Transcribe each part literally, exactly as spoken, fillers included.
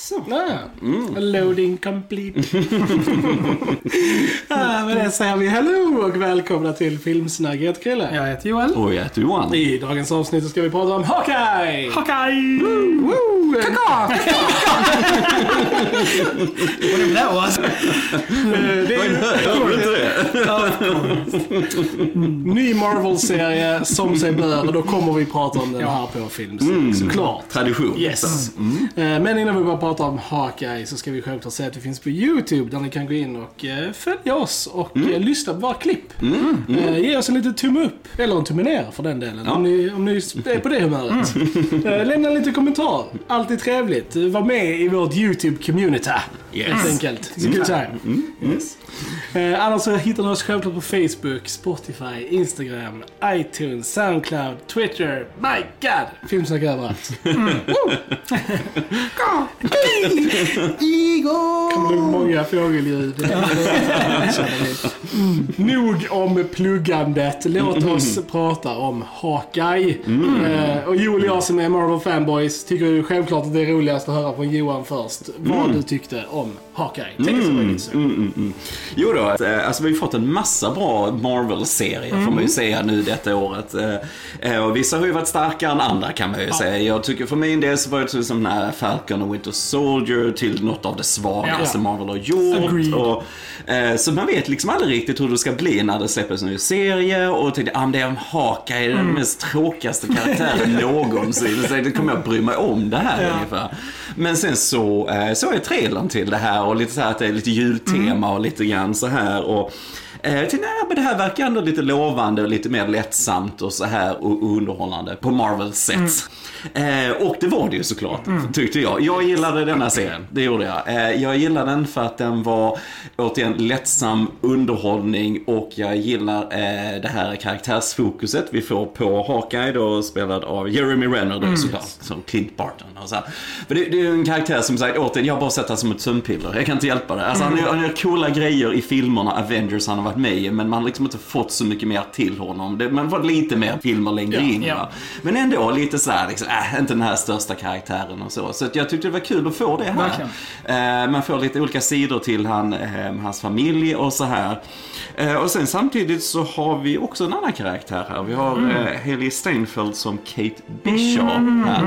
Så. Ja. Mm. Loading complete. Ja, men det säger vi hello och välkomna till Filmsnack. Jag heter Krille. Jag heter Joel. Och jag heter Johan. I dagens avsnitt ska vi prata om Hawkeye. Hawkeye! Woo! Woo! Kaka! Och det blev alltså. Det är ny Marvel-serie som sig bör, och då kommer vi prata om den här på Filmsnack, mm. såklart. Tradition. Yes. Mm. Men innan vi börjar prata om Hawkeye så ska vi självklart säga att vi finns på YouTube, där ni kan gå in och följa oss och mm. lyssna på våra klipp. Mm. Mm. Ge oss en liten tumme upp, eller en tumme ner för den delen, ja. om, ni, om ni är på det humöret. Mm. Lämna lite kommentar, alltid trevligt. Var med i vårt YouTube-community. Yes. Helt enkelt. It's a good time. Mm. Yes. Eh, annars så hittar ni oss självklart på Facebook, Spotify, Instagram, iTunes, Soundcloud, Twitter. My God! Filmsnack överallt. Mm. Igor! Kommer det många fågelljud? mm. Nog om pluggandet. Låt oss mm. prata om Hawkeye. Mm. Eh, och Joel och jag som är Marvel fanboys tycker ju självklart att det är roligast att höra från Johan först. Vad mm. du tyckte om Hawkeye. Tänk mm. så mm, mm, mm. Jo då, alltså vi har fått en massa bra Marvel-serier mm. får man ju säga nu detta året. Och vissa har ju varit starkare än andra, kan man ju ja. säga. Jag tycker för min del så var det som när Falcon och Winter Soldier till något av det svagaste ja. Marvel har gjort. Och, eh, så man vet liksom aldrig riktigt hur det ska bli när det släpps en ny serie. Och tänkte, ah, det är en Hawkeye, mm. den mest tråkigaste karaktären någonsin. Så det kommer jag bry mig om det här ja. ungefär. Men sen så eh, så är trailern till det här och lite så här att det är lite jultema mm. och lite grann så här och eh, till, nej, men det här verkar ändå lite lovande och lite mer lättsamt och så här och underhållande på Marvels sätt. Mm. Eh, och det var det ju såklart, mm. tyckte jag. Jag gillade denna serien, det gjorde jag. Eh, jag gillade den för att den var återigen lättsam underhållning och jag gillar eh, det här karaktärsfokuset vi får på Hawkeye då, spelad av Jeremy Renner då, mm. såklart, som Clint Barton och så här. För det, det är en karaktär som sagt, återigen, jag har bara sett det som ett sömnpiller. Jag kan inte hjälpa det. Alltså, mm. han, han gör coola grejer i filmerna Avengers han har varit med i, men man har liksom inte fått så mycket mer till honom. Det, man får lite mer filmer längre ja, in. Ja. Men ändå lite så här, liksom, äh, inte den här största karaktären och så. Så jag tyckte det var kul att få det här. Eh, man får lite olika sidor till han, eh, hans familj och så här. Eh, och sen samtidigt så har vi också en annan karaktär här. Vi har mm. eh, Haley Steinfeld som Kate Bishop mm. här.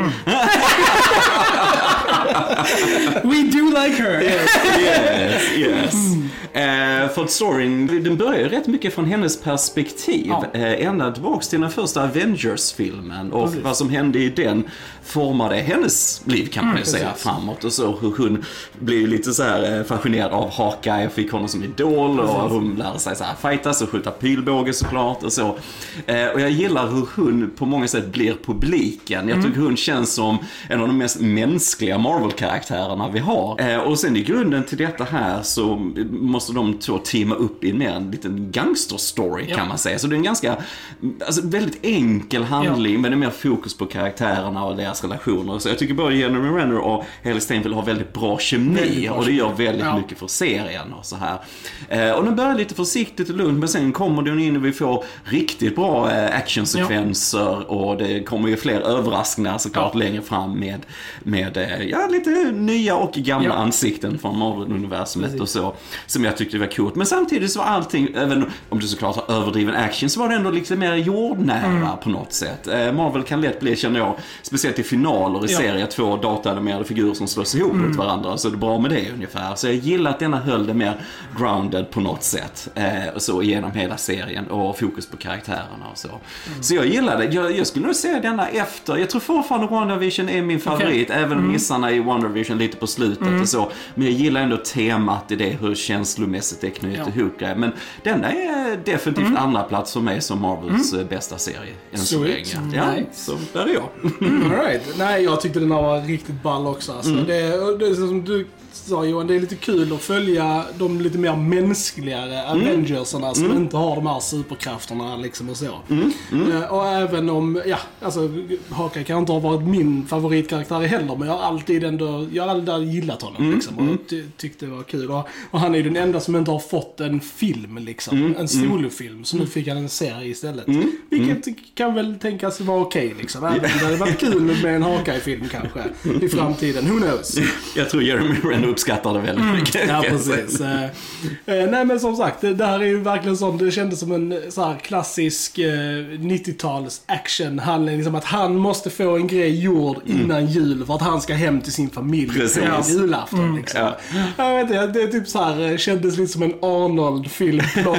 We do like her. Yes, yes, yes. Mm. Eh, för att storyn, den börjar ju rätt mycket från hennes perspektiv. Ja. Eh, ända tillbaks till den första Avengers-filmen. Och precis. Vad som hände i den formade hennes liv, kan man ju mm, säga, precis. Framåt. Och så hur hon blev lite så här fascinerad av Hawkeye och fick honom som idol. Precis. Och hon lärde sig så här fightas och skjuta pilbåge såklart och så. Eh, och jag gillar hur hon på många sätt blir publiken. Jag tycker mm. hon känns som en av de mest mänskliga Marvel-karaktärerna vi har. Eh, och sen i grunden till detta här så måste de två teama upp i en mer en liten gangster-story ja. kan man säga. Så det är en ganska, alltså väldigt enkel handling ja. men det är mer fokus på karaktärerna och deras relationer. Så jag tycker både Jeremy Renner och Haley Steinfeld har väldigt bra kemi bra och det gör väldigt ja. mycket för serien och så här. Eh, och den börjar lite försiktigt och lugnt, men sen kommer den in och vi får riktigt bra eh, actionsekvenser ja. och det kommer ju fler överraskningar såklart ja. längre fram med, med eh, ja, lite nya och gamla ja. ansikten från Marvel-universumet och så, som jag tyckte var coolt. Men samtidigt så var allting, även om det såklart har överdriven action, så var det ändå lite mer jordnära mm. på något sätt. Eh, Marvel kan lätt bli, känner jag, speciellt i finaler i ja. serier, två datanimerade figurer som slås ihop mm. mot varandra, så är det bra med det ungefär. Så jag gillar att denna höll det mer grounded på något sätt, eh, och så genom hela serien och fokus på karaktärerna och så. Mm. Så jag gillar det. Jag, jag skulle nog säga denna efter, jag tror fortfarande WandaVision är min favorit, okay. även mm. missarna i WandaVision lite på slutet mm. och så. Men jag gillar ändå temat i det, hur känslomässigt det knyter ja. ihop grejer. Men denna är definitivt mm. andra plats för mig som Marvels mm. bästa serie än så länge. Ja, nice. Så där är jag. Mm, all right. Nej, jag tyckte den var riktigt ball också. Alltså. Mm. Det, det är som du sa, Johan, det är lite kul att följa de lite mer mänskligare mm. Avengersarna som mm. inte har de här superkrafterna liksom och så. Mm. Mm. Uh, och även om, ja, alltså Hawkeye kan inte ha varit min favoritkaraktär heller, men jag har alltid ändå, jag har aldrig gillat honom mm. liksom, och ty- tyckte det var kul. Och, och han är ju den enda enda som inte har fått en film liksom. Mm, en solofilm. Så nu fick han en serie istället. Mm, Vilket mm. kan väl tänkas vara okej okay, liksom. Även det hade varit kul med en Hawkeye-film kanske. I framtiden. Who knows? Jag tror Jeremy Renner uppskattar det väldigt mycket. Mm. Ja, precis. eh, eh, nej, men som sagt, det, det här är ju verkligen sånt. Det kändes som en så här klassisk eh, nittio-tals actionhandling. Liksom att han måste få en grej gjord innan mm. jul för att han ska hem till sin familj. Precis. På julafton. Mm. Liksom. Ja. Jag vet inte, det är typ så här, kändes lite som en Arnold-filmplott.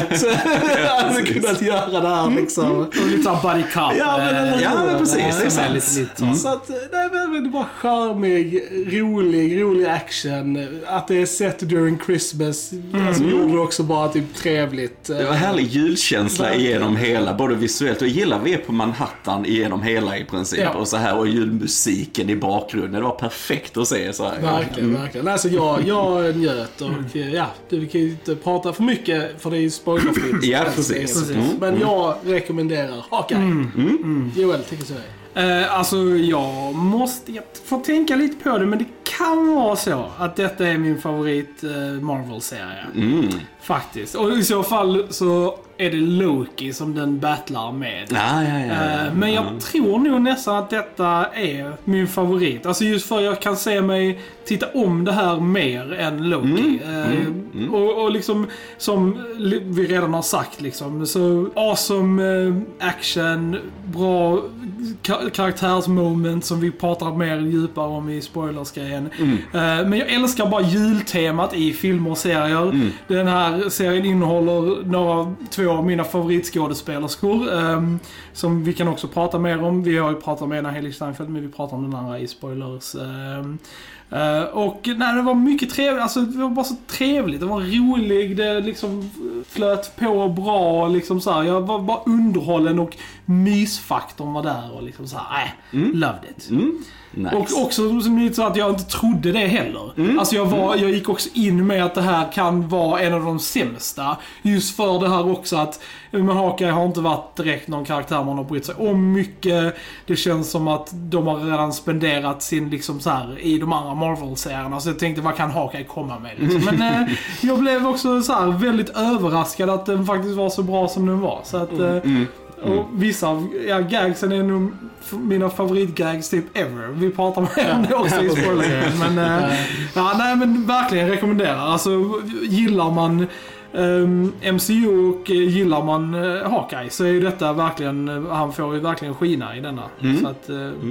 Han hade kunnat göra det här liksom. Och lite såhär buddy cop. Ja, men, ja, men precis. Ja, det är sant. Lite, lite. Mm. Så att, nej, men det var charmig, rolig, rolig action. Att det är set during Christmas. Mm. Alltså gjorde det också bara typ trevligt. Det var härlig julkänsla igenom hela, både visuellt och gillar vi är på Manhattan igenom hela i princip. Ja. Och så här, och julmusiken i bakgrunden. Det var perfekt att se så här. Verkligen, mm. verkligen. Alltså jag, jag njöt och mm. ja, vi kan ju inte prata för mycket för det är ju spoilerfilm. Ja, precis. precis. Mm. Men jag rekommenderar Hawkeye. Mm. Mm. Joel, tycker så här. Uh, alltså jag måste jag får tänka lite på det, men det kan vara så att detta är min favorit uh, Marvel-serie. Mm. Faktiskt. Och i så fall så är det Loki som den battlar med. Ja, ja, ja, ja. Uh, men jag mm. tror nog nästan att detta är min favorit. Alltså just för jag kan se mig titta om det här mer än Loki. Mm. Uh, mm. Mm. Och, och liksom som vi redan har sagt liksom, så awesome uh, action, bra ka- karaktärsmoment som vi pratar mer djupare om i spoilersgrejen. Mm. Uh, men jag älskar bara jultemat i filmer och serier. Mm. Den här serien innehåller några, två av mina favoritskådespelerskor um, som vi kan också prata mer om. Vi har ju pratat med Anna Haley Steinfeld, men vi pratar om den andra i spoilers. Um, Uh, och nej, det var mycket trevligt, alltså det var bara så trevligt, det var roligt, det liksom flöt på bra liksom så här. Jag var bara underhållen och mysfaktorn var där och liksom så här, äh, mm. loved it. Mm. Nice. Och också som så att jag inte trodde det heller. Mm. Alltså jag, var, jag gick också in med att det här kan vara en av de sämsta. Just för det här också att men Hawkeye har inte varit direkt någon karaktär man har brytt sig om mycket. Det känns som att de har redan spenderat sin liksom så här i de andra Marvel-serierna. Så jag tänkte, vad kan Hawkeye komma med? Liksom. Men eh, jag blev också så här väldigt överraskad att den faktiskt var så bra som den var. Så att... Eh, mm. Och vissa av ja, gagsen är nog mina favoritgags typ ever. Vi pratar med om det också i spoiler. Men, äh, ja, nej, men verkligen rekommenderar. Alltså, gillar man um, M C U och gillar man uh, Hawkeye så är ju detta verkligen, han får ju verkligen skina i denna. Mm. Så att... Uh, mm.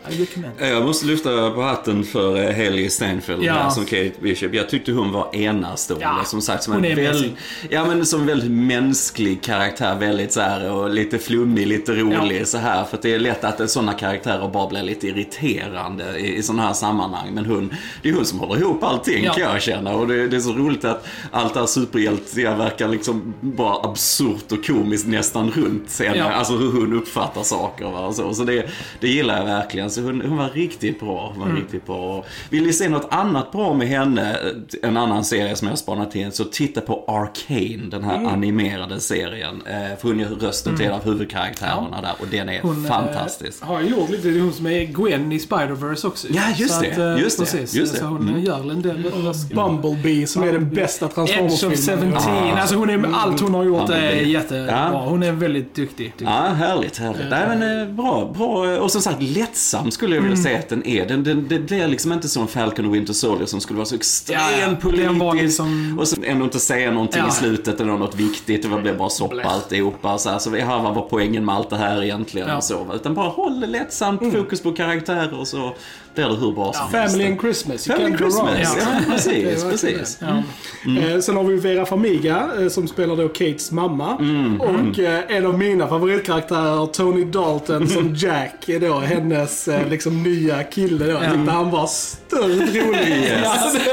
Jag måste lyfta på hatten för Haley Steinfeld ja. där, som Kate Bishop. Jag tyckte hon var enastående, ja. som sagt, som en väldigt, ja, men som väldigt mänsklig karaktär, väldigt så här, och lite flummig, lite rolig ja. så här, för att det är lätt att sådana karaktärer bara blir lite irriterande i, i sådana här sammanhang, men hon, det är hon som håller ihop allting ja. kan jag känna, och det, det är så roligt att allt det här superhjältiga verkar liksom bara absurt och komiskt nästan runt sen, ja. alltså hur hon uppfattar saker, va? Och så, så det, det gillar jag verkligen. Så hon, hon var riktigt bra. Hon var mm. riktigt bra. Vill ni se något annat bra med henne, en annan serie som jag har spanat in, så titta på Arcane, den här mm. animerade serien. För hon gör rösten till mm. en av huvudkaraktärerna ja. där, och den är hon, fantastisk. Hon har gjort lite, det är hon som är Gwen i Spider-Verse också. Ja, just så det. Att, just det. Precis, just så det. hon mm. gör en del röster. Bumblebee som är den bästa Transformers-filmen. Edge of seventeen. Ah. Alltså hon är, allt hon har gjort Bumblebee. är jättebra. Ja. Hon är väldigt duktig. duktig. Ja, härligt, härligt. Mm. Nej, men, bra, bra. Och som sagt, lättsam skulle jag vilja mm. säga att den är. Den, den, det blir liksom inte som Falcon och Winter Soldier som skulle vara så extremt ja, ja. politisk liksom... och så ändå inte säga någonting ja. i slutet eller något viktigt, och det blev bara soppa alltihopa så, här, så vi har vad var poängen med allt det här egentligen ja. och så, utan bara håll lättsamt mm. fokus på karaktärer och så blir det hur bra som ja. helst. Family and Christmas. Family and Christmas, ja. ja precis, precis. Ja. Mm. Eh, sen har vi Vera Farmiga eh, som spelar då Kates mamma mm. och eh, en av mina favoritkaraktärer, Tony Dalton som Jack är då hennes eh, liksom nya kille då. Jag tyckte han var stört rolig. Yes,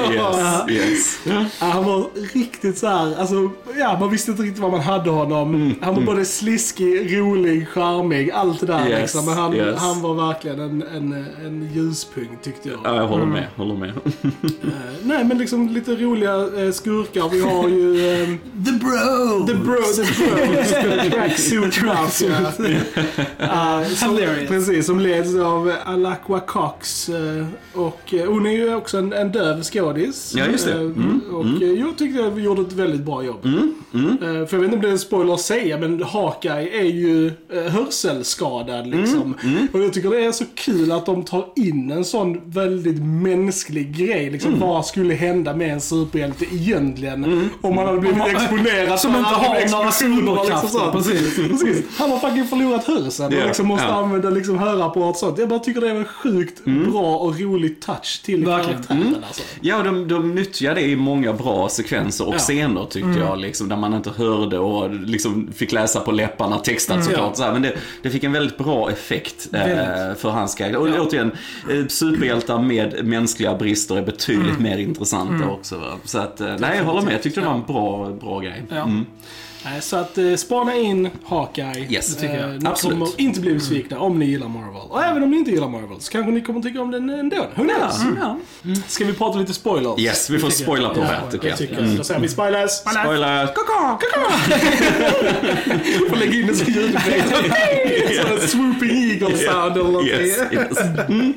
ja, yes, yes. Ja, han var riktigt så här, alltså, ja, man visste inte riktigt vad man hade honom. Mm. Han var både sliskig, rolig, charmig, allt det där yes, liksom. Men han, yes. han var verkligen en, en, en ljuspunkt tyckte jag. Ja, jag håller med, mm. håller med. uh, nej, men liksom lite roliga uh, skurkar. Vi har ju... Um, The Bro! The Bro, The Bro. Tracksuit Tracksuit. uh, som, precis, som leds av av Alaqua Cox. Och hon är ju också en, en döv skådis. Ja, just det. Mm, och mm. jag tyckte att vi gjorde ett väldigt bra jobb. Mm, mm. För jag vet inte om det är en spoiler att säga, men Hawkeye är ju hörselskadad liksom. Mm, mm. Och jag tycker det är så kul att de tar in en sån väldigt mänsklig grej. Liksom, mm. Vad skulle hända med en superhjälte egentligen mm. om man hade blivit exponerad som inte har några superkrafter. Liksom, precis, precis. Han har faktiskt förlorat hörseln yeah. och liksom måste yeah. använda liksom, höra på ett sånt. Jag bara tycker det är en sjukt mm. bra och rolig touch till karaktären. Mm. Alltså. Ja, de, de nyttjar det i många bra sekvenser och ja. scener tyckte mm. jag. Liksom, där man inte hörde och liksom fick läsa på läpparna textat mm. såklart. Så här, men det, det fick en väldigt bra effekt eh, för hans karaktär. Och ja. återigen, eh, superhjältar med mänskliga brister är betydligt mm. mer intressanta mm. också. Va? Så att, eh, nej, jag håller med. Jag tyckte det var en bra, bra grej. Ja. Mm. Så att eh, spana in Hawkeye. Yes, det tycker jag. Eh, ni kommer inte bli besvikna om ni gillar Marvel. Och även om ni inte gillar Marvel så kanske ni kommer tycka om den ändå. Who knows? Mm. Ja. Mm. Ska vi prata lite spoilers? Yes, vi får spoila på det här tycker jag. jag. Mm. Då säger vi spoilers. Spoilers. Kaka! Kaka! Får lägga in en sån ljudeffekt. Sån en swooping eagle sound eller någonting. Yes, yes. Mm.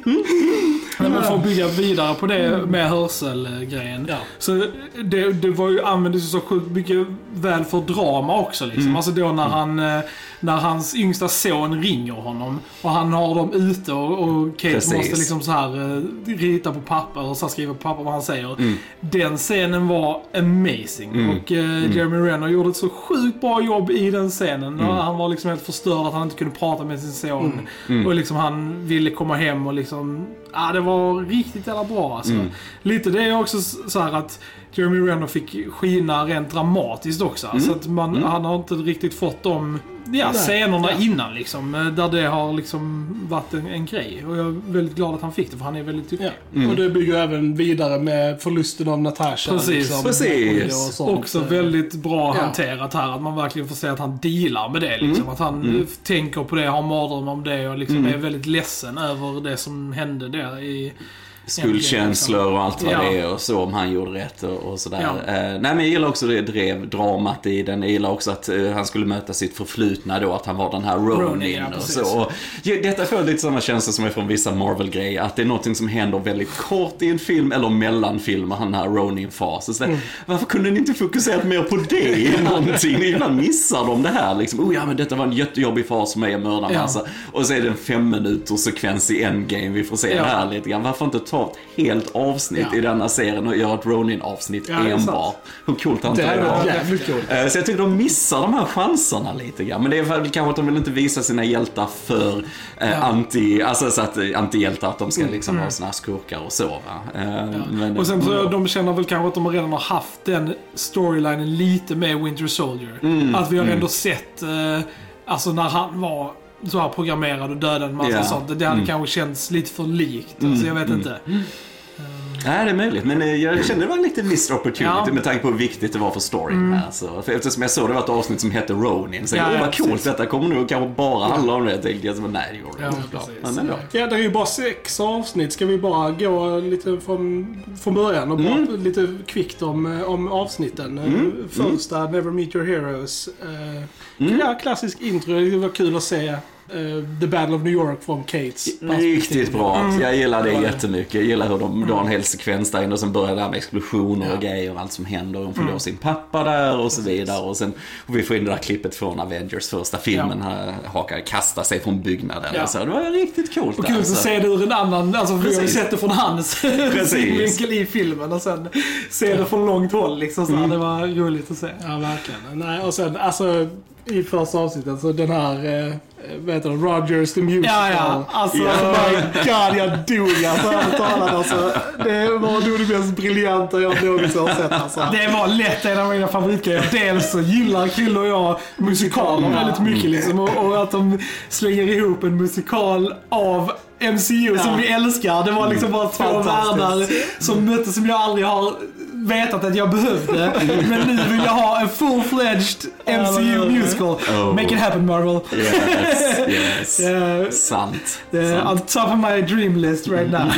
När man får bygga vidare på det med hörselgrejen. Ja. Så det, det var ju användes så sjukt mycket väl för drama också liksom. Mm. Alltså då när han när hans yngsta son ringer honom och han har dem ute och, och Kate Precis. måste liksom så här rita på papper och så skriva på papper vad han säger. Mm. Den scenen var amazing mm. och uh, Jeremy Renner gjorde ett så sjukt bra jobb i den scenen. Mm. Han var liksom helt förstörd att han inte kunde prata med sin son mm. Mm. och liksom han ville komma hem och liksom ja, det var riktigt jävla bra alltså. Mm. Lite det är också så här att Jeremy Renner fick skina rent dramatiskt också. Mm. Så att man, mm. han har inte riktigt fått de ja, scenerna ja. innan liksom. Där det har liksom varit en, en grej. Och jag är väldigt glad att han fick det för han är väldigt duktig. Ja. Mm. Och det bygger även vidare med förlusten av Natasha. Precis. Liksom, Precis. Och också väldigt bra ja. hanterat här. Att man verkligen får se att han dealar med det. Liksom. Mm. Att han mm. tänker på det, har mardrömmar om det och liksom mm. är väldigt ledsen över det som hände där i... skuldkänslor och allt vad ja. det är och så om han gjorde rätt och, och sådär. Ja. Eh, nej men jag gillar också det drev dramat i den. Jag gillar också att eh, han skulle möta sitt förflutna då, att han var den här Ronin, Ronin ja, och så. Och, ja, detta får lite samma känsla som är från vissa Marvel-grejer, att det är något som händer väldigt kort i en film eller mellan filmer, han här Ronin-fasen. Så mm. varför kunde ni inte fokusera mer på det i någonting? Ni ibland missar de det här liksom. Oh ja, men detta var en jättejobbig fas för mig att mörda ja. massa. Och så är det en fem minuters sekvens i Endgame. Vi får se ja. det här lite grann. Varför inte ta ett helt avsnitt ja. i denna serien och göra ett Ronin-avsnitt ja, enbart. Hur coolt han inte det var. Jävligt coolt. Så jag tycker de missar de här chanserna lite grann. Men det är väl kanske att de vill inte visa sina hjältar för eh, ja. anti, alltså så att antihjältar, att de ska liksom mm. vara såna här skurkar och så va. Eh, ja. men, och sen så mm. de känner väl kanske att de redan har haft den storylinen lite med Winter Soldier. Mm. Att vi har mm. ändå sett eh, alltså när han var så här programmerad och dödade en massa yeah. sånt. Det hade mm. kanske känts lite för likt. Alltså, mm. jag vet inte. Mm. Nej, det är möjligt. Men jag kände det var en lite missed opportunity ja. med tanke på hur viktigt det var för storyn mm. här. Så, för eftersom jag såg det var ett avsnitt som hette Ronin. Så ja, jag, vad coolt, detta kommer nog kanske bara ja. handla om det. Jag tänkte, jag så, nej, det gjorde det ja, men ändå. Ja, det är ju bara sex avsnitt. Ska vi bara gå lite från, från början och bara mm. lite kvickt om, om avsnitten. Mm. Första, mm. Never Meet Your Heroes. Uh, mm. Ja, klassisk intro. Det var kul att se. Uh, The Battle of New York från Kates. Riktigt bra. Mm. Jag gillar det jättemycket. Jag gillar hur de drar en hel sekvens där inne och sen börjar det med explosioner ja. och grejer och allt som händer. Hon förlorar mm. sin pappa där och så vidare. Och sen och vi får in det där klippet från Avengers första filmen. Ja. Hawkeye kastar sig från byggnaden. Ja. Så det var riktigt coolt. Och kul att se det ur en annan, alltså vi har ju sett det från hans vinkel i filmen och sen se det från långt håll liksom. Så mm. det var roligt att se. Ja, verkligen. Nej, och sen, alltså i första avsnittet så den här eh, vad heter det, Rogers the Musical. Ja, ja. Alltså, oh my god, jag dog alltså, talat, alltså. Det var nog det mest briljanta jag någonsin har sett alltså. Det var lätt en av mina favoritgrejer. Dels så gillar Kill och jag musikaler mm. väldigt mycket liksom, och, och att de slänger ihop en musikal av M C U ja. som vi älskar. Det var liksom bara två världar som möttes som jag aldrig har vetat att jag behövde. Men nu vill jag ha en full-fledged M C U musical. Oh. Make it happen, Marvel. Yes, yes. uh, Sant. Uh, on top of my dream list right now.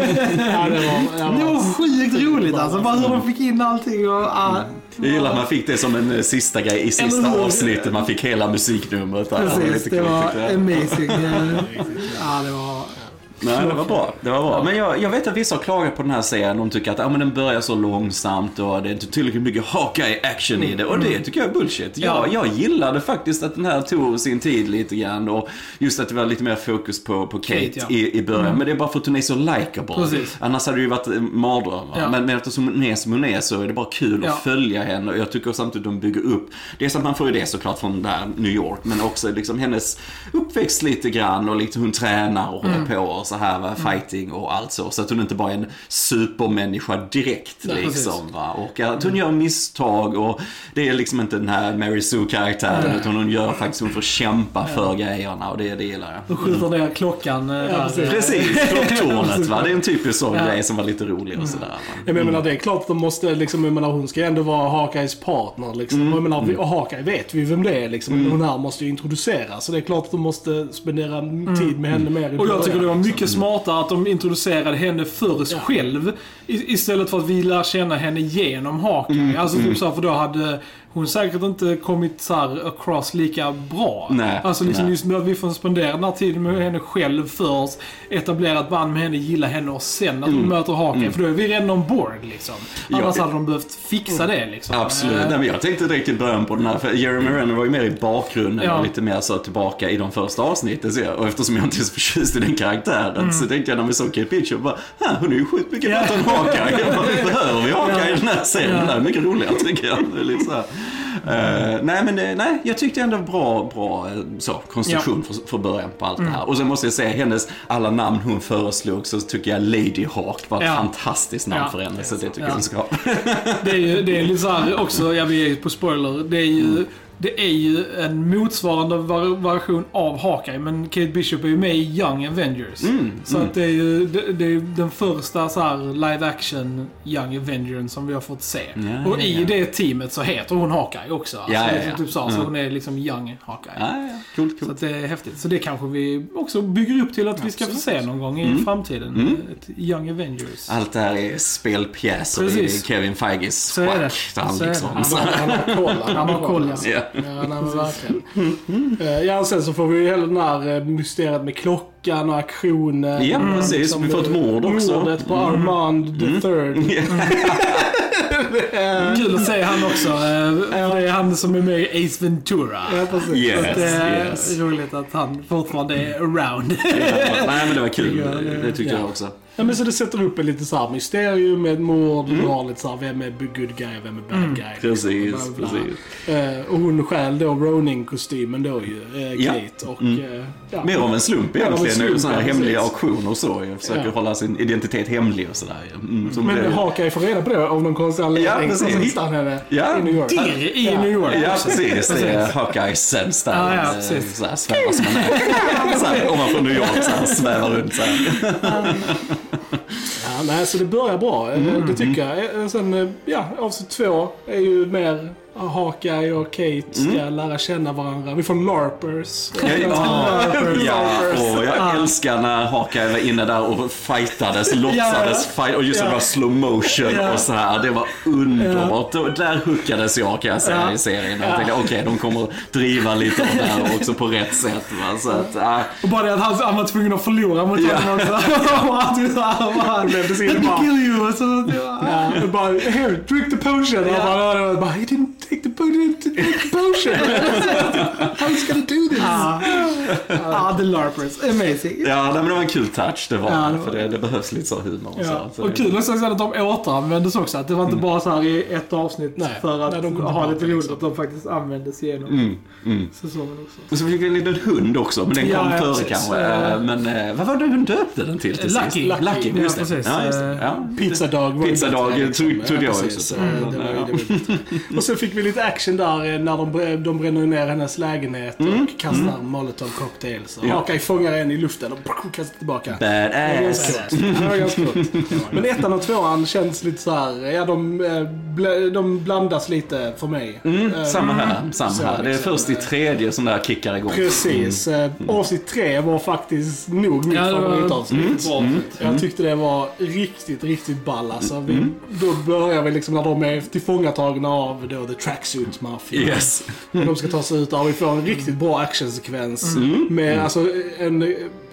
ja, det var, det var sjukt roligt alltså. Bara hur de fick in allting och... Uh, jag gillar att man fick det som en sista grej i sista avsnittet. Man fick hela musiknumret. Precis, det var, det var amazing. Ja, det var... Nej, det var bra. Det var bra. Men jag, jag vet att vissa har klagat på den här serien. De tycker att ah, men den börjar så långsamt och det är inte tillräckligt mycket Hawkeye-action i det. Och det tycker jag är bullshit. Ja. Jag, jag gillade faktiskt att den här tog sin tid lite grann. Och just att det var lite mer fokus på, på Kate, Kate ja. i, i början. Mm. Men det är bara för att hon är så likeable. Annars hade det ju varit mardrömmar. Ja. Men, men eftersom hon är som hon är så är det bara kul ja. att följa henne. Och jag tycker samtidigt att de bygger upp. Det är så att man får ju det såklart från där New York. Men också liksom hennes uppväxt lite grann. Och lite hon tränar och håller mm. på och så här va, fighting och allt så. Så att hon inte bara är en supermänniska direkt ja, liksom va. Och att hon gör misstag och det är liksom inte den här Mary Sue-karaktären mm. utan hon gör faktiskt, hon får kämpa för mm. grejerna och det, det gillar jag. Hon skjuter ner klockan. Ja, precis, precis. Klocktornet va. Det är en typisk sån ja. grej som var lite rolig och sådär. Mm. Jag menar det är klart att de måste liksom, jag menar hon ska ändå vara Hawkeyes partner liksom. Mm. Jag menar, mm. och Hawkeye vet vi vem det är liksom. Mm. Hon här måste ju introduceras så det är klart att de måste spendera mm. tid med henne mer. Och jag tycker det var mycket smartare att de introducerade henne först ja. själv istället för att vi lär känna henne genom Hawkeye. Mm. Alltså typ så här, för då hade hon säkert inte kommit så här across lika bra. Nej, alltså liksom nej. just med att vi får spendera den här tiden med henne själv först, etablera ett band med henne, gilla henne och sen att hon mm. möter Hawkeye. Mm. För då är vi redan ombord liksom. Annars ja, hade de behövt fixa mm. det liksom. Absolut. Nej, men jag tänkte direkt i början på den här, för Jeremy Renner var ju mer i bakgrunden ja. och lite mer så tillbaka i de första avsnitten. Så jag, och eftersom jag inte är så förtjust i den karaktären mm. så tänkte jag när vi såg Kate Bishop bara, hon är ju sjukt mycket bättre än Hawkeye. Jag bara, behöver vi Hawkeye i den här serien? Ja. Det är mycket roligare tycker jag. Det är lite så här. Uh, nej men nej, jag tyckte ändå bra, bra så, konstruktion ja. för, för början på allt mm. det här. Och sen måste jag säga, hennes alla namn hon föreslog så tycker jag Lady Hawk var ett ja. fantastiskt namn ja. för henne. Så det tycker ja. jag hon ska ha. Det är ju det är lite så här också, jag vill på spoiler, det är ju mm. det är ju en motsvarande variation av Hawkeye, men Kate Bishop är ju med i Young Avengers. Mm, så mm. att det är ju det, det är den första så här live action Young Avengers som vi har fått se. Ja, och i ja. det teamet så heter hon Hawkeye också. Alltså, ja, ja, ja. Typ så, ja. så hon är liksom Young Hawkeye. Ja, ja. Cool, cool. Så att det är häftigt. Så det kanske vi också bygger upp till att vi ska få se någon gång i mm. framtiden. Mm. Ett Young Avengers. Allt det här är spelpjäser i Kevin Feiges så är det. Så han, liksom. han, han har koll. Han har koll, ja. Ja. Ja, nej, men verkligen. Mm. Ja, sen så får vi ju hela den här mysteriet med klockan och aktionen. Ja, mm. precis. Som vi får ett mord också. Mordet på mm. Armand the third. Mm. Kul att se han också. Det är han som är med i Ace Ventura. Ja, precis. Yes, så det är yes. roligt att han fortfarande är around. Ja, nej, men det var kul. Det tyckte ja. jag också. Ja, men så det sätter upp en lite så här mysterium med mord mm. och lite så här, vem är good guy, vem är bad mm. guy. Precis, bla, bla. precis. Uh, och hon själv då, Ronin-kostymen då ju, uh, Kate. Ja. Och, mm. uh, ja. Mer av en slump egentligen, slump, nu sådana här hemliga auktioner och så. Jag försöker ja. hålla sin identitet hemlig och sådär. Mm, men det... Hawkeye får reda på det av någon konstig anledning. Ja, precis. Så hittar han henne ja. i New York. Det i ja. New York. Ja, precis. Det är Hawkeyes sens där. Ja, ja, precis. Såhär svävar som man är. Såhär, om man från New York såhär svävar runt såhär. Ja, nej, så det börjar bra. Mm. Det tycker jag. Sen, ja, avsnitt två är ju mer Hawkeye och Kate ska mm. lära känna varandra. Vi får LARPers. Ja, ja, ja, och jag ah. älskar när Hawkeye var inne där och fightades, låtsades ja. fight, och just ja. det var slow motion ja. och så här. Det var underbart. Ja. Där hookades jag, kan jag säga, ja. i serien. Jag tänkte, okej, okay, de kommer att driva lite av det här också på rätt sätt. Va? Så att, äh. Och bara det att han, han var tvungen att förlora mot ja. honom också. Det blev precis bara... kill you. Så, ja. ja. Bara, here, drink the potion. Och bara, bara, he didn't take the potion. The potion. How's gonna do this? Ja, ah. ah, the LARPers. Amazing. Ja, men det var en kul touch. Det var, ja, det var... för det, det behövs lite så humor. Och, ja. så, och det... kul också att de återanvändes också. Att det var inte mm. bara så här i ett avsnitt nej, för att nej, de ha lite roligt att de faktiskt användes genom mm. Mm. säsongen också. Och så fick vi en liten hund också, men den ja, kom ja, före precis. kanske. Uh, men uh, vad var det hon döpte den till? till Lucky. Lucky. Lucky, ja, just det. precis. Ja, just det. Ja. Pizza Dog. Pizza Dog trodde jag också. Mm, det var, det var och så fick vi lite action där när de, de bränner ner hennes lägenhet och mm. kastar mm. molotov cocktails. Och ja. Hawkeye fångar en i luften och kastar tillbaka. Badass. Det var ganska gott. Men ettan och tvåan känns lite så här, ja de, de blandas lite för mig. Mm, samma här, samma så, här. Det är liksom, först i tredje som det här kickar igång. Precis. Mm. Avsnitt tre var faktiskt nog mitt ja, favoritavsnitt. Mm. Mm. Jag tyckte det var riktigt, riktigt ball. Alltså, vi, mm. Då börjar vi liksom när de är tillfångatagna av då, The Tracksuit Mafia. Yes. De ska ta sig ut av. Vi får en riktigt bra actionsekvens mm. med mm. alltså en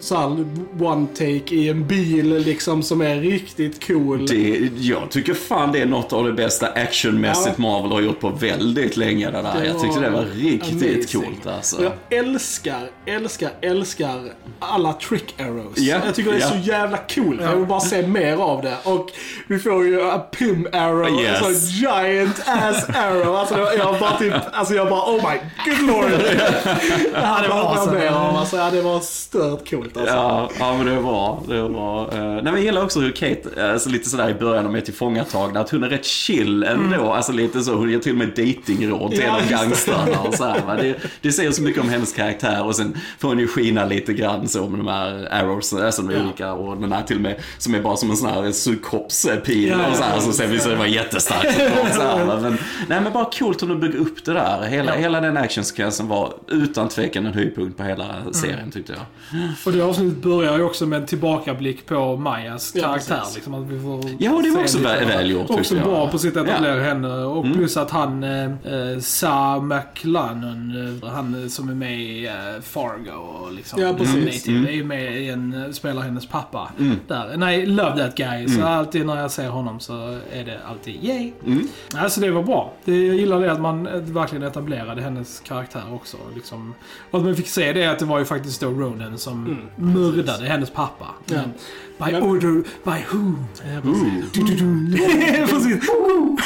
så här one take i en bil liksom som är riktigt cool. Det, jag tycker fan det är något av det bästa actionmässigt ja. Marvel har gjort på väldigt länge det där. Det jag tyckte det var riktigt amazing. Coolt alltså. Jag älskar, älskar, älskar alla trick arrows. Yeah. Jag tycker det är yeah. så jävla coolt. Jag vill bara se mer av det. Och vi får ju a pim arrow, yes. alltså giant ass arrow. Alltså jag bara typ, alltså jag bara oh my good lord. Det här var awesome. Mer av. Alltså ja, det var stört coolt alltså. Ja, ja men det var det var. Uh, nej men jag gillar också hur Kate alltså lite sådär i början med tillfångatagna att hon är rätt chill ändå. Mm. Alltså lite så hon ger till och med datingråd till ja, hela gangstrarna och så här, va? Det, det säger så mycket om hennes karaktär och sen får hon ju skina lite grann så med de här arrows alltså de ja. Olika och den här till och med som är bara som en sån här sugkoppspil ja, och så här, så sen visar det var jättestarkt så här, va? Men nej men bara coolt att bygga upp det där. Hela, ja. Hela den actionsekvensen var utan tvekan en höjdpunkt på hela serien mm. tyckte jag. Och det avsnittet börjar ju också med en tillbakablick på Majas karaktär ja, liksom, att vi får ja, det var också väl, väl gjort. Också bra jag. På sitt sätt att lära ja. Henne och mm. plus att han eh, Sa McLennan eh, han som är med i eh, Fargo och liksom ja, precis. Mm. är ju med i en spelar hennes pappa mm. där. Nej, love that guy. Så mm. alltid när jag ser honom så är det alltid yay. Mm. Alltså det var bra. Det, jag gillar det att man verkligen etablerade hennes karaktär också liksom. Och att man fick se det att det var ju faktiskt då Ronan som mm. mördade hennes pappa. Ja. Men, by men, order, by who? Ja, precis.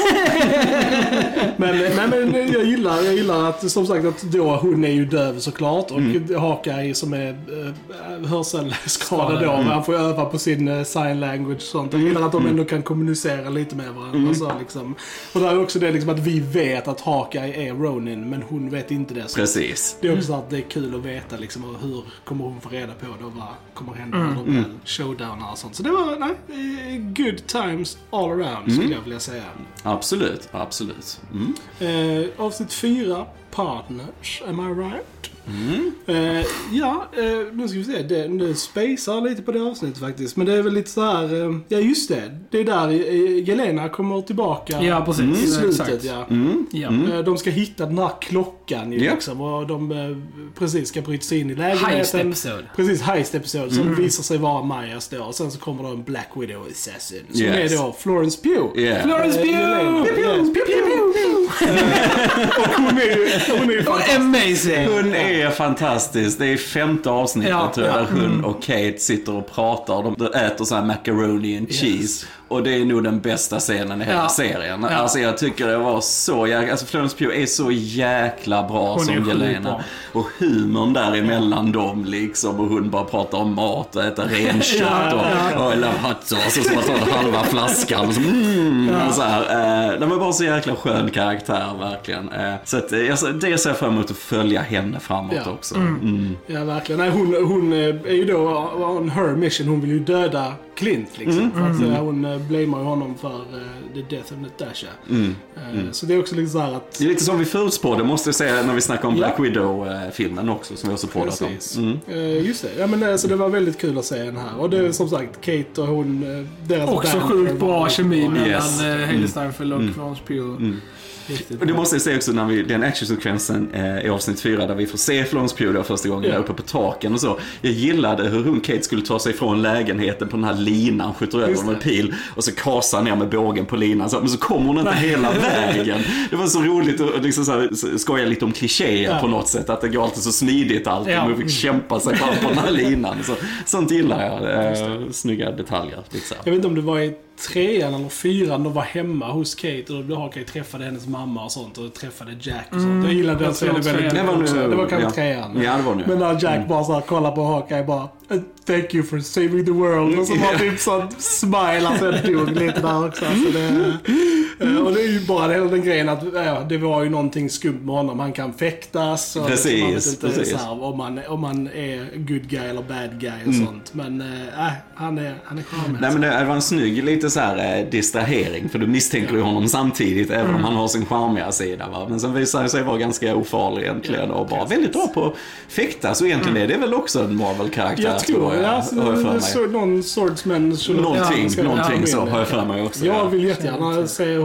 men, men, men jag gillar jag gillar att som sagt att då hon är ju döv såklart och mm. Hawkeye som är äh, hörselskadad då, mm. han får öva på sin uh, sign language och sånt. Jag gillar att de ändå kan kommunicera lite med varandra mm. så liksom. Och det är också det liksom att vi vet att Hawkeye är Ronin men hon vet inte det. Så precis. Det är också att det är kul att veta liksom hur kommer hon få reda på det och vad kommer hända mm. när de väl showdownar och sånt. Så det var nej, good times all around skulle mm. jag vilja säga. Absolut, absolut. Mm. Eh, avsnitt fyra, Partners, am I right? Mm. Eh, ja, eh, nu ska vi se. Det, det spacear lite på det avsnittet faktiskt. Men det är väl lite så här. Eh, ja, just det. Det är där eh, Jelena kommer tillbaka. Ja, precis. Mm. I slutet, ja. Mm. Mm. Eh, de ska hitta den här klockan ju, yeah. liksom. Och de eh, precis ska bryta sig in i lägenheten. Heist episode. Precis, heist episode. Som mm. visar sig vara Majas då. Och sen så kommer då en Black Widow assassin. Som yes. är då Florence Pugh. Yeah. Florence Pugh! Eh, yes. Pew, pew, pew. Och hon är, hon är fantastisk. Amazing. Hon är fantastisk. Det är femte avsnittet ja, tror jag, ja. där hon och Kate sitter och pratar. De äter så här macaroni and cheese. Yes. Och det är nog den bästa scenen i hela ja. Serien. Ja. Alltså jag tycker det var så jäkla... Alltså Florence Pugh är så jäkla bra hon som Jelena. Och humorn däremellan ja. Dem liksom. Och hon bara pratar om mat och äter renkött. ja, och, ja. och eller hot sauce. Och så tar halva flaskan. Och så, mm, ja. och så här. Eh, de är bara så jäkla skön karaktär verkligen. Eh, så att, alltså, det ser jag fram emot att följa henne framåt ja. Också. Mm. Mm. Ja verkligen. Nej, hon, hon är ju då on her mission. Hon vill ju döda Clint liksom. Mm. För att, mm. hon blamear ju honom för uh, the death of Natasha. Mm. Uh, mm. Så det är också lite så här att... Det är lite som vi förutspådde, måste jag säga, när vi snackar om Black ja. Widow-filmen också, som vi också pådat om. Mm. Uh, just det. Ja, men uh, så det var väldigt kul att se den här. Och det är som sagt, Kate och hon... Uh, deras också sjukt bra kemi mellan yes. uh, Hailey Steinfeld och mm. Florence Pugh. Mm. Och det måste jag säga också när vi, den actionsekvensen eh, i avsnitt fyra där vi får se Florence Pugh då första gången yeah. där uppe på taken och så. Jag gillade hur hon Kate skulle ta sig från lägenheten på den här linan, skjuter över med pil och så kasar ner med bågen på linan. Så, men så kommer hon inte hela vägen. Det var så roligt att liksom så här, skoja lite om klichéer yeah. på något sätt. Att det går alltid så snidigt alltid. Yeah. Man fick kämpa sig fram på den här linan. Så, sånt gillar jag. Eh, snygga detaljer. Lite så här. Jag vet inte om det var i trean eller fyran och var hemma hos Kate och då Hawkeye träffade hennes mamma och sånt och träffade Jack och sånt. Mm, jag gillade den scenen väldigt det var, nu, det var kanske ja. trean. Ja, det var nu. Men när Jack mm. bara så här kollar på Hawkeye bara thank you for saving the world och så var typ sån smile att jag dog lite där också. Så det, och det är ju bara hela den grejen att ja, det var ju någonting skumt med honom. Han kan fäktas och precis, man vet inte precis. Så här, om, man, om man är good guy eller bad guy och mm. sånt. Men äh, han är han är charmig. Nej men det var en snygg lite så här eh, distrahering för du misstänker ju ja. Honom samtidigt även mm. om han har sin charmiga sida va? Men sen visar det sig vara ganska ofarlig egentligen ja, och bara väldigt bra på fäktas och egentligen mm. är det väl också en Marvel-karaktär jag tror jag. Ja, har jag så, någon swordsman så någonting, ja, någonting så har jag för mig också. Jag vill jättegärna se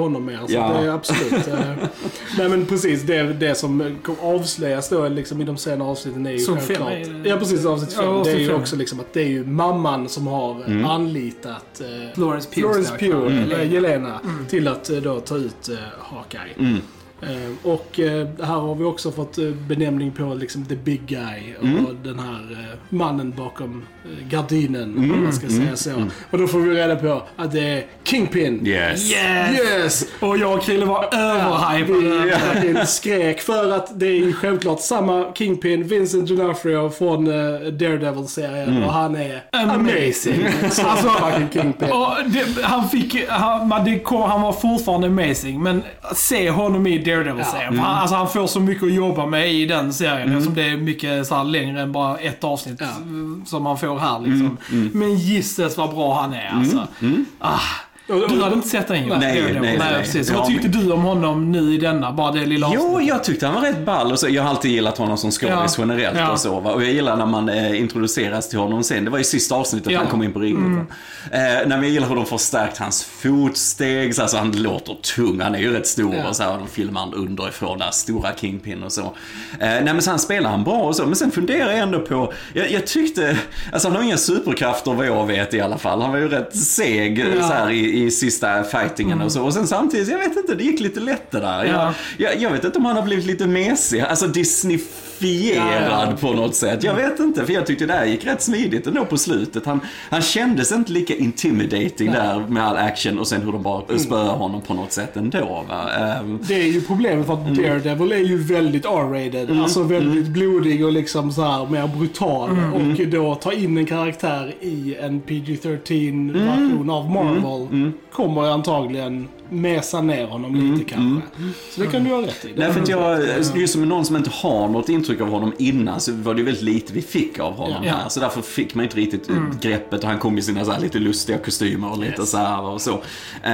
honom mer. Så Ja. det är absolut. eh, nej men precis, det, det som avslöjas då liksom i de senare avsnitten är ju Så självklart. fem är- Ja precis, avsnitt fem. Ja, det är avsnitt ju fem. också liksom att det är ju mamman som har mm. anlitat eh, Florence Pugh. Florence Pugh, Mm. eller Jelena, mm. till att eh, då ta ut eh, Hawkeye. Mm. Eh, och eh, här har vi också fått eh, benämning på liksom the big guy Mm. och den här eh, mannen bakom eh, gardinen, Mm. om man ska Mm. säga så. Och då får vi reda på att det är Kingpin. Yes. Yes! Yes! Och jag och Krille var överhypade. Vi verkligen skrek för att det är ju självklart samma Kingpin, Vincent D'Onofrio från uh, Daredevil-serien Mm. och han är amazing. Så alltså, fucking Kingpin. Och det, han fick, han, man, det kom, han var fortfarande amazing, men se honom i Daredevil-serien. Ja. Han, alltså, han får så mycket att jobba med i den serien, eftersom det är mycket så här, längre än bara ett avsnitt Ja. som man får här. Liksom. Men gisses vad bra han är alltså. Ah. Du hade inte sett den? Nej, nej, nej, nej. precis. Ja, Vad tyckte du om honom nu i denna? Bara det lilla Jo, avsnittet? jag tyckte han var rätt ball och så, jag har alltid gillat honom som skådis Ja. generellt Ja. och så va? Och jag gillar när man eh, introduceras till honom sen. Det var ju sista avsnittet Ja. han kom in på ringen. Mm. Eh, när vi gillar hur de förstärkt hans fotsteg, så alltså, han låter tung, han är ju rätt stor Ja. och så här, de filmar han underifrån där, stora Kingpin och så. Eh, nej men sen spelar han bra och så, men sen funderar jag ändå på, jag, jag tyckte, alltså han har inga superkrafter vad jag vet i alla fall. Han var ju rätt seg Ja. så här i, i sista fightingen mm. och så. Och sen samtidigt, jag vet inte, det gick lite lätt det där. Ja. Jag, jag, jag vet inte om han har blivit lite mesig, alltså disneyfierad Ja, ja. på något sätt. Jag vet inte, för jag tyckte det här gick rätt smidigt ändå på slutet. Han, han kändes inte lika intimidating Nej. där med all action och sen hur de bara spöar honom på något sätt ändå. Va? Um, Det är ju problemet för att Mm. Daredevil är ju väldigt R-rated. Alltså väldigt blodig och liksom så här mer brutal. Mm. Och då ta in en karaktär i en P G tretton-version av Marvel Mm. kommer antagligen mesa ner honom lite kanske. Så det kan du ha rätt i. Nej, för att jag, just som någon som inte har något intryck av honom innan, så var det väldigt lite vi fick av honom Ja. här. Så därför fick man inte riktigt Mm. greppet och han kom i sina så här lite lustiga kostymer och lite Yes. så här och så. Uh,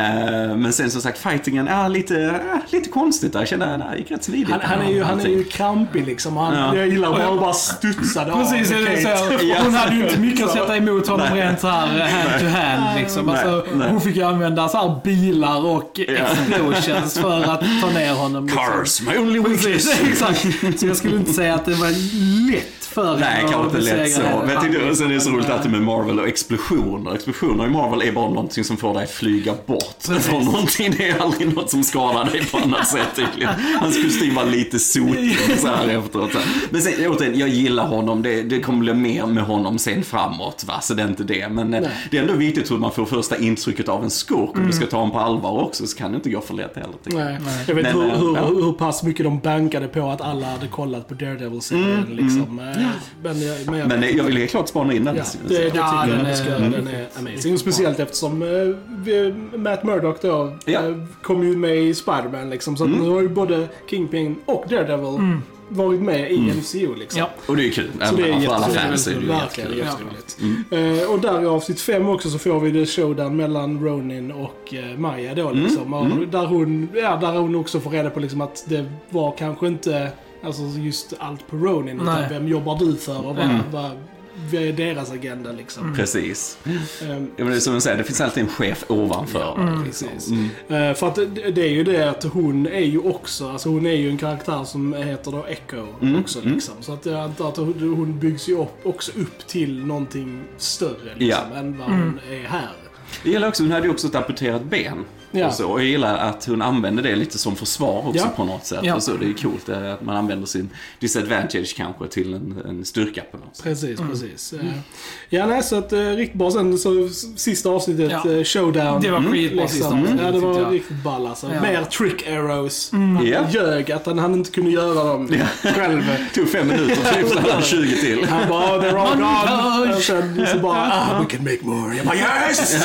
men sen som sagt, fightingen är lite, uh, lite konstigt där. Jag kände att det gick rätt smidigt. Han, han, är ju, han är Allting. ju krampig liksom. Han, Ja. Jag gillar bara bara studsade av. Precis, Kate. det är så. Ja. Hon hade ju inte mycket att sätta emot honom rent så här hand to hand liksom. Nej, Alltså, nej. hon fick ju använda så här bilar och explosions för att ta ner honom. Liksom. Cars, my only weakness. Precis, exakt. Så jag skulle inte säga att det var lätt för Nej, henne kanske att inte lätt besegra så. henne. Men jag tyckte, och sen är det så roligt Men, alltid med Marvel och explosioner. Explosioner i Marvel är bara någonting som får dig flyga bort från någonting. Det är aldrig något som skadar dig på annat sätt tydligen. Hans kostym var lite sotig så här efteråt. Så här. Men sen, återigen, jag gillar honom. Det, det kommer bli mer med honom sen framåt. Va? Så det är inte det. Men Nej. det är ändå viktigt hur man får första intrycket av en skurk. Om mm. du ska ta honom på allvar också så kan det inte gå för lätt heller. Nej. Nej. Jag vet Men, hur, hur, ja. hur pass mycket de bankade på att alla hade kollat på Daredevil-serien. Mm, liksom. mm. Men, jag, men, jag, Men jag vill helt klart spana in den. Ja, det, det tycker Ja, jag den att vi är- ska göra. Den är amazing. Och speciellt eftersom eh, vi, Matt Murdock då Ja. eh, kom ju med i Spider-Man liksom. Så att nu har ju både Kingpin och Daredevil varit med i M C U liksom. Ja. Och det är kul. Så det är Även för alla jätteroligt. fans är det ju Verkligen jättekul. jätteroligt. Eh, och där i avsnitt fem också så får vi det showdown mellan Ronin och eh, Maya då liksom. Och där, hon, ja, där hon också får reda på liksom att det var kanske inte alltså just allt på Ronin. Utan Nej. vem jobbar du för och vad, Mm. vad, vad är deras agenda liksom. Precis. Ehm, Ja, men det är som du säger, det finns alltid en chef ovanför. Mm. Precis. Eh, för att det, det är ju det att hon är ju också, alltså hon är ju en karaktär som heter då Echo också liksom. Så att jag antar att hon hon byggs ju upp, också upp till någonting större liksom, Ja. än vad hon är här. Jag gillar också, hon hade ju också ett amputerat ben. Ja. Och, så, och jag gillar att hon använder det lite som försvar också Ja. på något sätt. Ja. Och så, det är coolt eh, att man använder sin disadvantage kanske till en, en styrka på något sätt. Precis, precis. Eh, Ja, nej, så att eh, riktigt bra. Sen så s- sista avsnittet, Ja. eh, showdown. Det var skitbra sista liksom. avsnittet, Ja, det var tyckte jag. riktigt ball alltså. Ja. Mer trick arrows. Ja. Han ljög att han, han inte kunde göra dem själv. Det tog fem minuter, så hade han tjugo till. Han bara, oh, they're all gone. Montage. Och sen så bara, ah, we can make more. Jag bara, yes!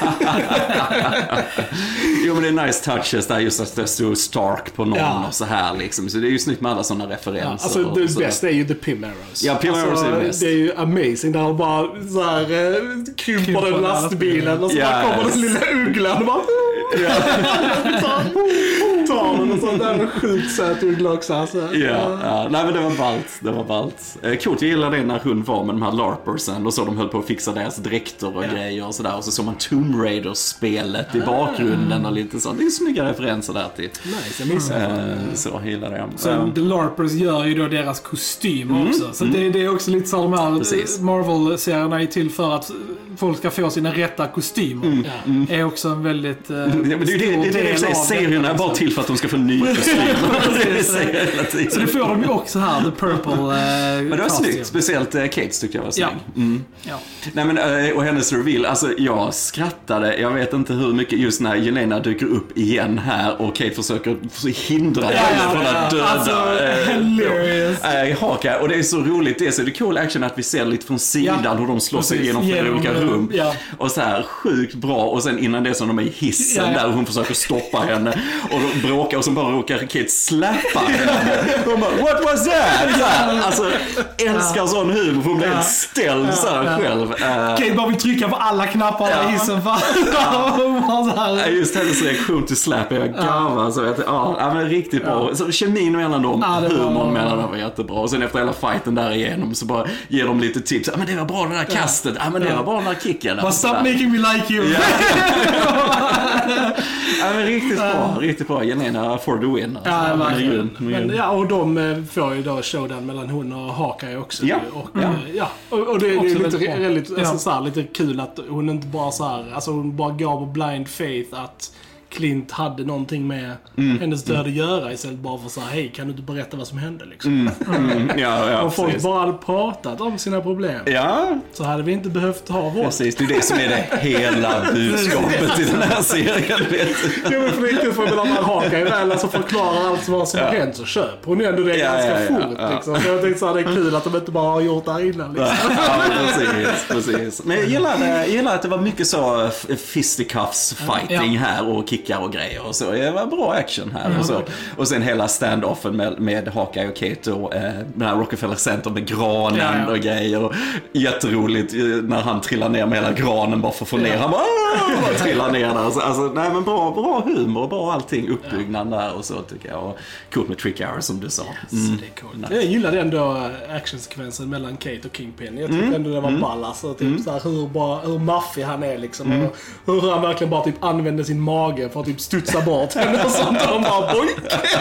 Jo, men det är nice touches där, just att det står Stark på någon Ja. och så här liksom. Så det är ju snyggt med alla sådana Ja, referenser. alltså och det så. bästa är ju the Pym Arrows. Ja, Pym alltså, Arrows är det bäst. det är ju amazing. Där han bara så här, eh, krymper Krymper den den lastbilen och så Yes. bara kommer den lilla ugglan och bara tar, tar barnen och sånt där. Sjukt söt ugla också. Alltså. Ja, ja, nej men det var ballt. Det var ballt. Eh, coolt, jag gillade det när hon var med de här larpersen och så de höll på att fixa deras dräkter och ja. grejer och sådär. Och så såg man Tomb Raider-spelet i bakgrunden och lite sånt. Det är snygga referenser där till. Nice, jag missade eh, Så jag gillar det. Så um, The Larpers gör ju då deras kostym mm, också. Så mm. det, det är också lite så de här Marvel-serierna är till för att folk ska få sina rätta kostymer. Mm, ja. mm. är också en väldigt uh, ja, men det är det, det, det, det, det serierna är bara till för att de ska få nya kostymer. det så det får de ju också här, The Purple uh, men det var snyggt, speciellt uh, Kates tyckte jag var snygg. Ja. Mm. Ja. Nej men, uh, och hennes reveal, alltså jag skrattade, jag vet inte hur mycket just när Jelena dyker upp igen här och Kate försöker hindra ja, henne ja, från ja, att döda alltså, uh, hilarious. Uh, Haka, och det är så roligt, det är så det är cool action att vi ser lite från sidan ja. hur de slår sig igenom flera olika rum ja. och så här sjukt bra och sen innan det som de är i hissen ja, ja. där hon försöker stoppa henne och de bråkar och så bara råkar Kate släppa henne och bara, what was that? Så här, alltså älskar ja. sån humor för hon blir ja. ställd ja. så här ja. själv. Uh, Kate bara vill trycka på alla knappar ja. i hissen för ja, just hennes reaktion till slap jag garvar ja. så vet jag, ja, ja men riktigt bra. Ja. Så kemin mellan dem, ja, humorn var... mellan dem var jättebra och sen efter hela fighten där igenom så bara ger de lite tips. Ja men det var bra det där kastet. Ja men det ja. var bra den där kicken. But stop making me like you. Ja, ja men riktigt bra, riktigt bra. Jelena for the win. Alltså. Ja, verkligen. Men, ja, och de får ju då showdown mellan hon och Hawkeye också. Ja. Och, ja. ja. och, och det, det är lite, väldigt, alltså, så här, lite kul att hon inte bara så här, alltså hon bara går på blind faith att Clint hade någonting med mm. hennes död att göra istället bara för så här, hej, kan du inte berätta vad som hände liksom? Mm. Mm. Ja, ja, och folk precis. bara hade pratat om sina problem. Ja. Så hade vi inte behövt ha våld. Precis, det är det som är det hela budskapet i den här serien. Ja, men för riktigt för att man hakar väl alltså förklarar allt vad som ja. har hänt så köp. Hon är ändå det ja, ganska ja, ja, fort ja. liksom. Så jag tänkte så här, det är kul att de inte bara har gjort det här innan liksom. Ja, precis, precis. Men jag gillar, jag gillar att det var mycket så fisticuffs fighting ja. här och kickar och grejer och så. Det var bra action här mm. och så. Och sen hela stand-offen med, med Hawkeye och Kate och eh, den här Rockefeller Center med granen ja, ja. och grejer. Och jätteroligt när han trillar ner med hela granen bara för att få ner. Ja. Han bara, bara trillar ner där. Alltså, alltså, nej men bra, bra humor, bra allting, uppbyggnad där och så tycker jag. Och coolt med Trick Hour som du sa. Mm. Det är coolt. Nice. Jag gillade ändå actionsekvensen mellan Kate och Kingpin. Jag tyckte mm. ändå det var mm. ball. Alltså, typ, mm. så här, hur, bara, hur maffig han är liksom. Mm. Och hur han verkligen bara typ använder sin mage för att typ studsa bort henne och sånt. Och bara boink!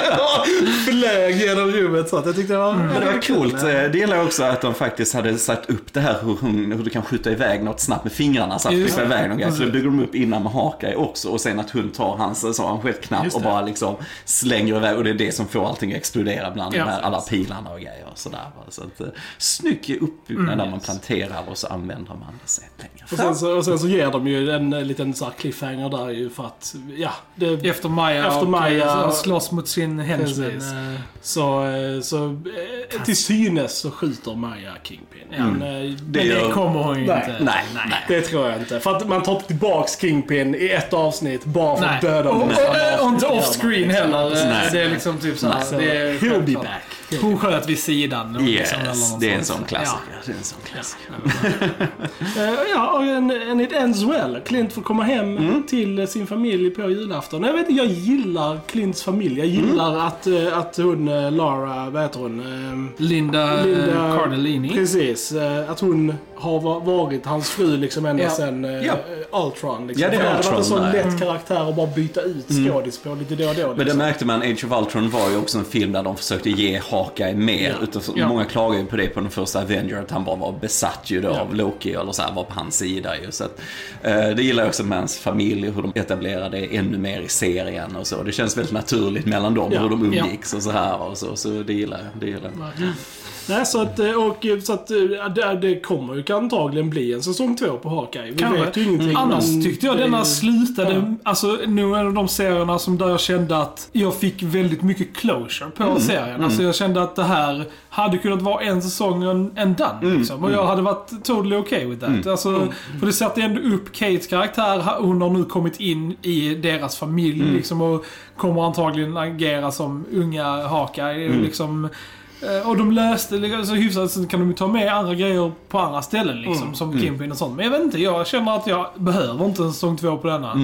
Flög genom rummet. Så att jag tyckte det var... Mm. Men det var coolt. Det gillar jag också att de faktiskt hade satt upp det här hur, hon, hur du kan skjuta iväg något snabbt med fingrarna. Så att skjuta iväg någon grej. Så det bygger de upp innan med Hawkeye också. Och sen att hon tar hans så han knapp och bara liksom slänger iväg. Och det är det som får allting att explodera bland ja. de här, alla pilarna och grejer. Och sådär. Så att, snygg uppbyggnad mm, där yes. man planterar och så använder man det sig längre. Och sen, så, och sen så ger de ju en liten så här cliffhanger där ju för att ja, det, efter Maja efter Maja och slåss mot sin henchman. Så, så till synes så skjuter Maja Kingpin. Mm. Men det, men det kommer hon ju nej, inte. Nej, nej, det tror jag inte. För att man tar tillbaks Kingpin i ett avsnitt bara för att döda honom. Och, och, och inte off-screen heller. Nej. Det är liksom typ såhär. Så, det är he'll be back. Hon sköt vid sidan. Yes, liksom, det är en sån klassiker. Ja. Det är en sån klassiker. uh, ja, och en, en it ends well. Clint får komma hem mm. till sin familj på julafton. Jag vet jag gillar Clints familj. Jag gillar mm. att, uh, att hon, uh, Lara, vad heter hon? Uh, Linda, Linda Cardellini. Precis. Uh, att hon har varit hans fru liksom ända ja. sen uh, ja. Ultron. Liksom. Ja, det är Ultron. Det var en sån lätt karaktär att bara byta ut skådis på lite då och då. Liksom. Men det märkte man, Age of Ultron var ju också en film där de försökte ge Hawkeye mer. Ja. Utan, ja. Många klagar ju på det på den första Avenger, att han bara var besatt ju då ja. av Loki eller så här, var på hans sida ju. Så att, uh, det gillar jag också med hans familj, hur de etablerade ännu mer i serien och så. Det känns väldigt naturligt mellan dem, ja. hur de umgicks ja. och så här och så. Så det gillar jag. Det gillar jag. Mm. Nej, så att, och, så att det, det kommer ju antagligen bli en säsong två på Hawkeye. Vi kan vet ju ingenting. Annars tyckte jag denna slutade, ja. alltså nu är det de serierna som där jag kände att jag fick väldigt mycket closure på mm. serien. Mm. Alltså jag kände att det här hade kunnat vara en säsong en, en done, mm. liksom. Och jag hade varit totally okay with that. Mm. Alltså, mm. För det sätter ändå upp Kates karaktär. Hon har nu kommit in i deras familj mm. liksom, och kommer antagligen agera som unga Hawkeye. Mm. Liksom. Och de löste så hyfsat, så kan de ju ta med andra grejer på andra ställen liksom, mm. som Kingpin och sånt. Men jag vet inte, jag känner att jag behöver inte en säsong två på denna. Mm.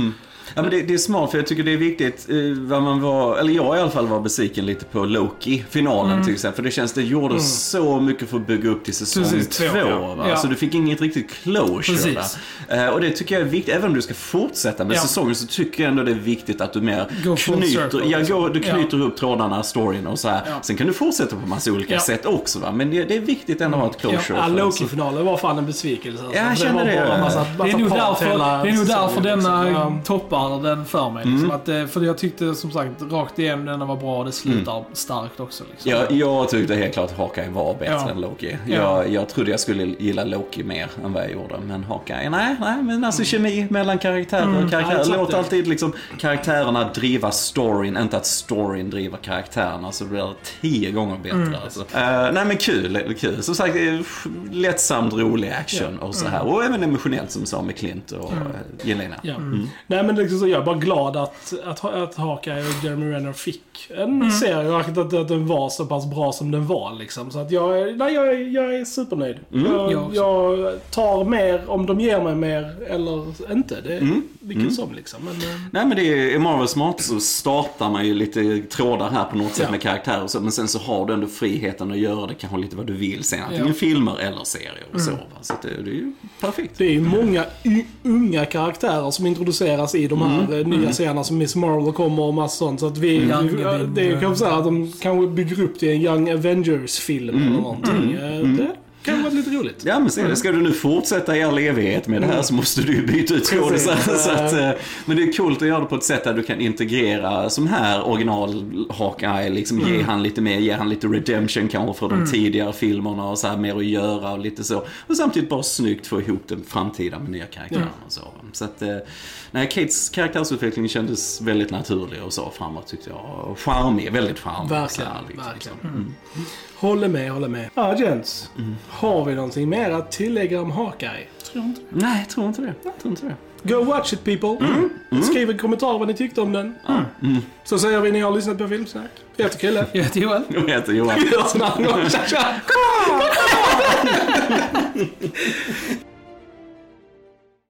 Ja, men det, det är smart, för jag tycker det är viktigt eh, vad man var, eller jag i alla fall var besviken lite på Loki-finalen mm. till exempel. För det känns, det gjorde mm. så mycket för att bygga upp till säsong Precis, två. Ja. Va? Ja. Så du fick inget riktigt closure. Eh, och det tycker jag är viktigt, även om du ska fortsätta med ja. säsongen så tycker jag ändå det är viktigt att du mer go knyter, ja, go, du knyter ja. upp trådarna, storyn och så här. Ja. Sen kan du fortsätta på massa olika ja. sätt också, va? Men det, det är viktigt ändå att ha ett closure. Ja, Loki-finalen var fan en besvikelse. Ja, jag känner det. det. Massa, massa det är nog därför, det är nog därför denna liksom. toppar den för mig. Liksom. Mm. Att, för jag tyckte som sagt rakt igenom den var bra och det slutar mm. starkt också. Liksom. Ja, jag tyckte helt klart att Hawkeye var bättre ja. än Loki. Jag, ja. jag trodde jag skulle gilla Loki mer än vad jag gjorde. Men Hawkeye, nej, nej men alltså kemi mellan karaktärer mm. och karaktärer. Ja, låt alltid liksom karaktärerna driva storyn, inte att storyn driver karaktärerna, så blir det tio gånger bättre. Mm. Alltså. Uh, nej men kul, kul. Som sagt, lättsamt rolig action ja. och så här. Mm. Och även emotionellt som sa med Clint och mm. Jelena. Ja. Mm. Nej men liksom så jag är bara glad att, att, att Hawkeye och Jeremy Renner fick en mm. serie och att, att den var så pass bra som den var liksom. Så att jag, nej, jag, jag är supernöjd. Mm. Jag, jag, jag tar mer om de ger mig mer eller inte. Det är mm. vilket mm. som liksom. Men, nej men det är, i Marvel Smart så startar man ju lite trådar här på något sätt ja. med karaktärer och så, men sen så har du ändå friheten att göra det kanske lite vad du vill sen. Antingen ja. filmer eller serier och mm. så. Så att det, det är ju perfekt. Det är ju många y- unga karaktärer som introduceras i de här mm. nya mm. serierna som Miss Marvel kommer och massa sånt. Så att vi, mm. vi det kan man säga att de kanske bygger upp till en Young Avengers-film mm. eller någonting. Mm. Det kan vara lite roligt. Ja, men se, ska du nu fortsätta i all evighet med det här så måste du ju byta ut skådisar. Så att, men det är coolt att göra det på ett sätt där du kan integrera som här original Hawkeye, liksom mm. ge han lite mer, ge han lite redemption kanske för de mm. tidigare filmerna och så här mer att göra och lite så. Och samtidigt bara snyggt få ihop den framtida med nya karaktärer mm. och så. Så att, nej, Kates karaktärsutveckling kändes väldigt naturlig och så framåt tyckte jag. Charmig, väldigt charmig. Verkligen, liksom. verkligen. Mm. Mm. Håller med, håller med. Ja, Jens. Mm. Har vi någonting mer att tillägga om Hawkeye? Tror inte det. Nej, tror inte det. Tror inte det. Go watch it, people. Mm. Mm. Skriv en kommentar vad ni tyckte om den. Mm. Mm. Så säger vi när jag har lyssnat på Filmsnack. Jag heter Kille. Jag heter Johan. Jag heter Johan. Vi hörs en annan gång. Tja, tja.